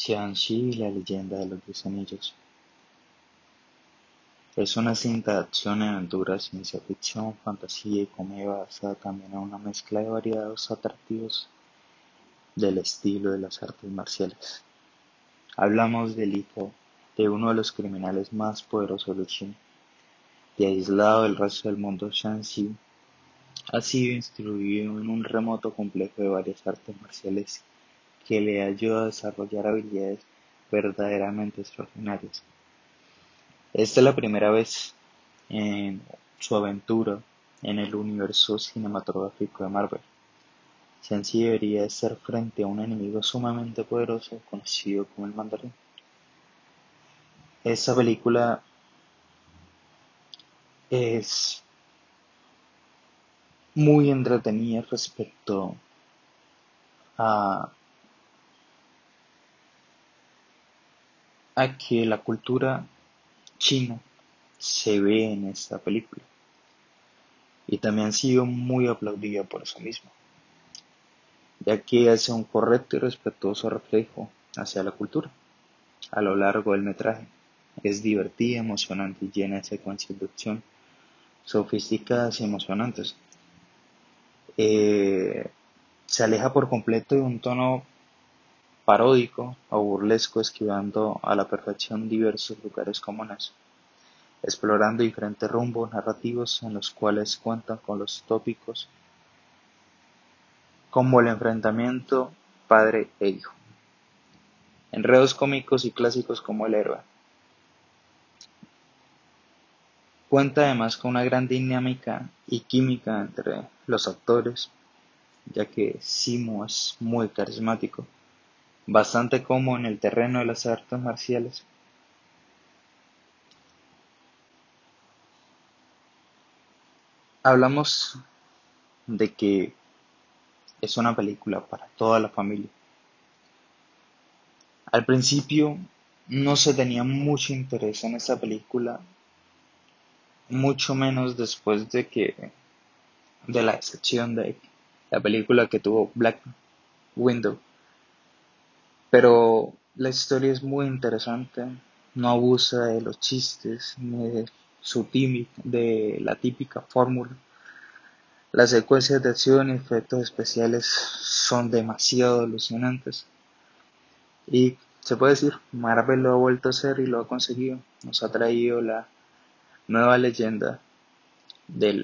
Shang-Chi y la leyenda de los 10 anillos es una cinta de acción, aventura, ciencia ficción, fantasía y comedia basada también en una mezcla de variados atractivos del estilo de las artes marciales. Hablamos del hijo de uno de los criminales más poderosos de China, y aislado del resto del mundo, Shang-Chi ha sido instruido en un remoto complejo de varias artes marciales que le ayuda a desarrollar habilidades verdaderamente extraordinarias. Esta es la primera vez en su aventura en el universo cinematográfico de Marvel. Shang-Chi debería estar frente a un enemigo sumamente poderoso conocido como el Mandarín. Esta película es muy entretenida respecto a, a que la cultura china se ve en esta película, y también ha sido muy aplaudida por eso mismo, ya que hace un correcto y respetuoso reflejo hacia la cultura a lo largo del metraje. Es divertida, emocionante y llena de secuencias de acción sofisticadas y emocionantes. Eh, Se aleja por completo de un tono paródico o burlesco, esquivando a la perfección diversos lugares comunes, explorando diferentes rumbos narrativos en los cuales cuentan con los tópicos como el enfrentamiento padre e hijo, enredos cómicos y clásicos como el héroe. Cuenta además con una gran dinámica y química entre los actores, ya que Simo es muy carismático, bastante cómodo en el terreno de las artes marciales. Hablamos de que es una película para toda la familia. Al principio no se tenía mucho interés en esta película, mucho menos después de la excepción de la película que tuvo Black Widow. Pero la historia es muy interesante, no abusa de los chistes ni de la típica fórmula. Las secuencias de acción y efectos especiales son demasiado alucinantes, y se puede decir, Marvel lo ha vuelto a hacer y lo ha conseguido. Nos ha traído la nueva leyenda del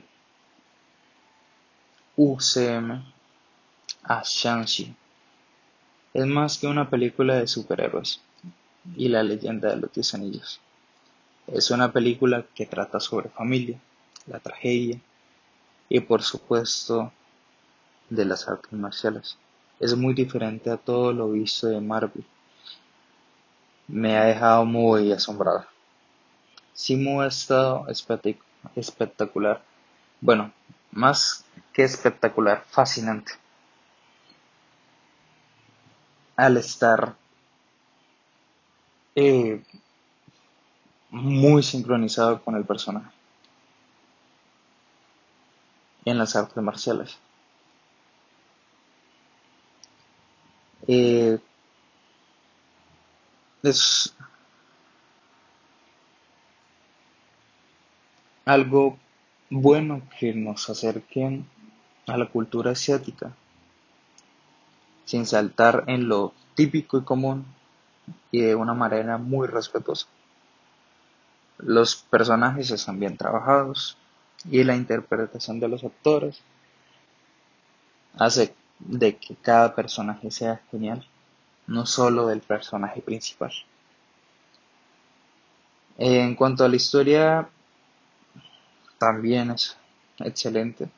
UCM a Shang-Chi. Es más que una película de superhéroes y la leyenda de los 10 anillos. Es una película que trata sobre familia, la tragedia y por supuesto de las artes marciales. Es muy diferente a todo lo visto de Marvel. Me ha dejado muy asombrada. Simu ha estado espectacular. Bueno, más que espectacular, fascinante. Al estar eh, muy sincronizado con el personaje en las artes marciales. Eh, es algo bueno que nos acerquen a la cultura asiática, sin saltar en lo típico y común, y de una manera muy respetuosa. Los personajes están bien trabajados y la interpretación de los actores hace de que cada personaje sea genial, no solo del personaje principal. En cuanto a la historia, también es excelente.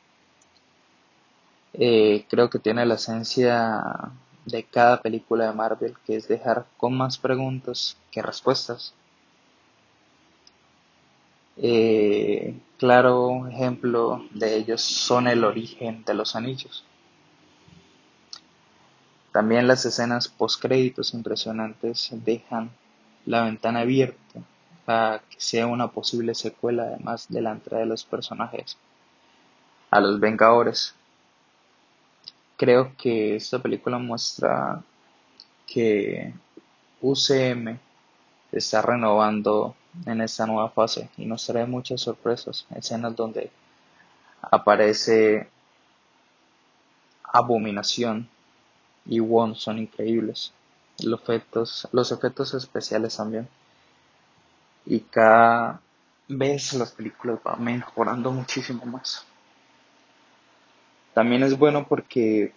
Creo que tiene la esencia de cada película de Marvel, que es dejar con más preguntas que respuestas. Claro ejemplo de ellos son el origen de los anillos. También las escenas post-créditos impresionantes dejan la ventana abierta para que sea una posible secuela, además de la entrada de los personajes a los Vengadores. Creo que esta película muestra que UCM se está renovando en esta nueva fase y nos trae muchas sorpresas, escenas donde aparece Abominación y Wong son increíbles, los efectos especiales también, y cada vez las películas van mejorando muchísimo más. También es bueno porque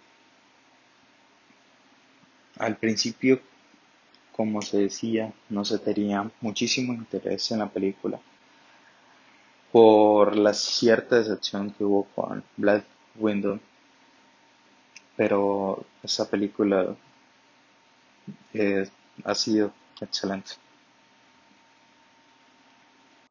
al principio, como se decía, no se tenía muchísimo interés en la película por la cierta decepción que hubo con Black Widow, pero esa película eh, ha sido excelente.